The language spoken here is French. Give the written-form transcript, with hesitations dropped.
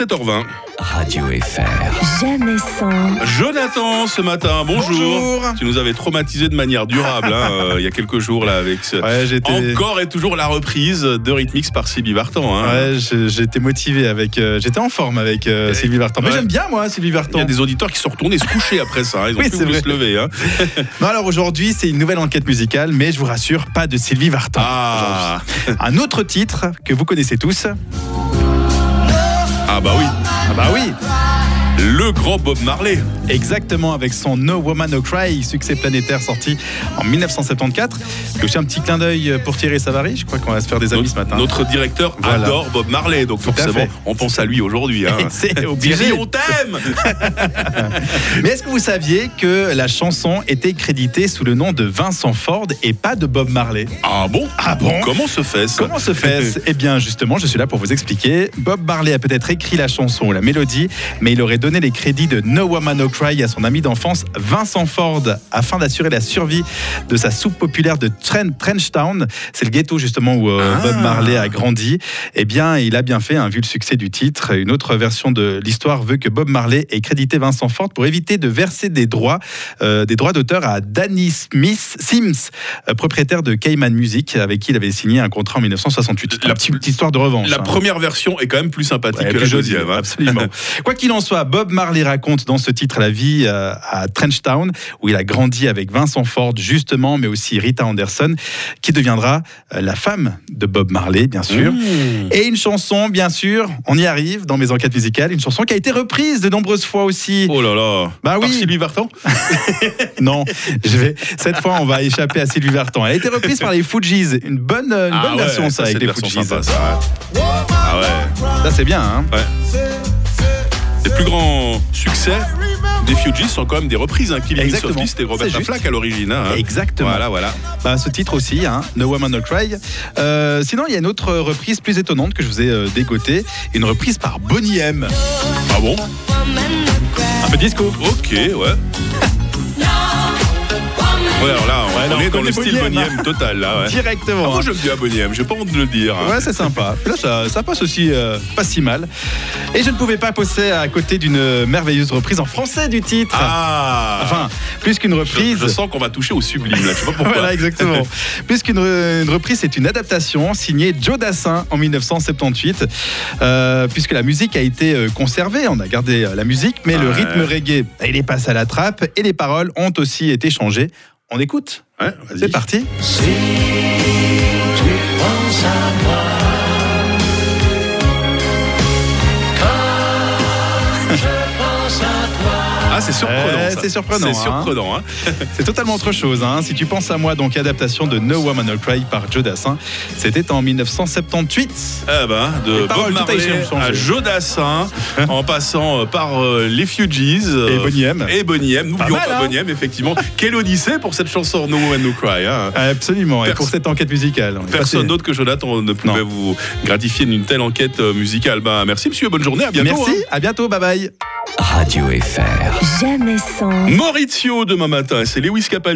7h20. Radio FR. Jamais sans. Jonathan, ce matin, bonjour. Tu nous avais traumatisé de manière durable il y a quelques jours là avec encore et toujours la reprise de Rhythmix par Sylvie Vartan. Ouais, j'étais motivé j'étais en forme avec Sylvie Vartan. Mais j'aime bien moi Sylvie Vartan. Il y a des auditeurs qui sont retournés se coucher après ça. Ils ont plus voulu se lever. Non, alors aujourd'hui c'est une nouvelle enquête musicale, mais je vous rassure, pas de Sylvie Vartan. Un autre titre que vous connaissez tous. Ah bah oui. Le grand Bob Marley. Exactement, avec son No Woman No Cry, succès planétaire sorti en 1974. Et aussi un petit clin d'œil pour Thierry Savary, je crois qu'on va se faire des amis ce matin. Notre directeur adore Bob Marley, donc forcément on pense à lui aujourd'hui. C'est obligé. Thierry, on t'aime. Mais est-ce que vous saviez que la chanson était créditée sous le nom de Vincent Ford et pas de Bob Marley? Ah bon? Comment se fait-ce? Eh bien justement, je suis là pour vous expliquer. Bob Marley a peut-être écrit la chanson ou la mélodie, mais il aurait donné les crédits de No Woman No Cry à son ami d'enfance Vincent Ford afin d'assurer la survie de sa soupe populaire de Trenchtown. C'est le ghetto justement où Bob Marley a grandi. Eh bien, il a bien fait, vu le succès du titre. Une autre version de l'histoire veut que Bob Marley ait crédité Vincent Ford pour éviter de verser des droits d'auteur à Danny Sims, propriétaire de Cayman Music, avec qui il avait signé un contrat en 1968. La petite histoire de revanche. La première version est quand même plus sympathique que la deuxième. Absolument. Quoi qu'il en soit, Bob Marley raconte dans ce titre la vie à Trenchtown, où il a grandi avec Vincent Ford justement, mais aussi Rita Anderson, qui deviendra la femme de Bob Marley, bien sûr. Et une chanson, bien sûr, on y arrive dans mes enquêtes musicales, une chanson qui a été reprise de nombreuses fois aussi. Oh là là. Par Sylvie Vartan? Non, cette fois on va échapper à Sylvie Vartan. Elle a été reprise par les Fugees, une bonne version ça avec les Fugees. Sympa, ça. Ah ouais. Ça c'est bien, hein. Ouais. Les plus grands succès des Fugees sont quand même des reprises. Killing Me Softly, c'était Roberta Flack à l'origine. Exactement. Voilà. Ce titre aussi, No Woman No Cry. Sinon, il y a une autre reprise plus étonnante que je vous ai dégotée. Une reprise par Boney M. Ah bon? Un peu disco. Ok, ouais. Ouais, alors là, on est dans le style Boney M total, là. Ouais. Directement. Moi, j'aime bien Boney M, j'ai pas honte de le dire. Ouais, c'est sympa. Là, ça passe aussi pas si mal. Et je ne pouvais pas passer à côté d'une merveilleuse reprise en français du titre. Enfin, plus qu'une reprise. Je sens qu'on va toucher au sublime, là. Je sais pas pourquoi. Voilà, exactement. Plus qu'une reprise, c'est une adaptation signée Joe Dassin en 1978. Puisque la musique a été conservée, on a gardé la musique, mais le rythme reggae, il est passé à la trappe et les paroles ont aussi été changées. On écoute? Ouais, c'est parti. Si tu penses à moi, quand je pense à toi. C'est surprenant. C'est surprenant. C'est surprenant. C'est totalement autre chose. Si tu penses à moi, donc adaptation de No Woman No Cry par Joe Dassin. C'était en 1978. De Bob Marley à Joe Dassin, en passant par les Fugees et Boney M. N'oublions pas Boney M, effectivement. Quelle odyssée pour cette chanson No Woman No Cry. Absolument. Et pour cette enquête musicale. Personne d'autre que Jonathan ne pouvait vous gratifier d'une telle enquête musicale. Merci monsieur, bonne journée, à bientôt. Merci, à bientôt, bye bye. Radio FR. Jamais sans. Maurizio demain matin, c'est Lewis Capaldi.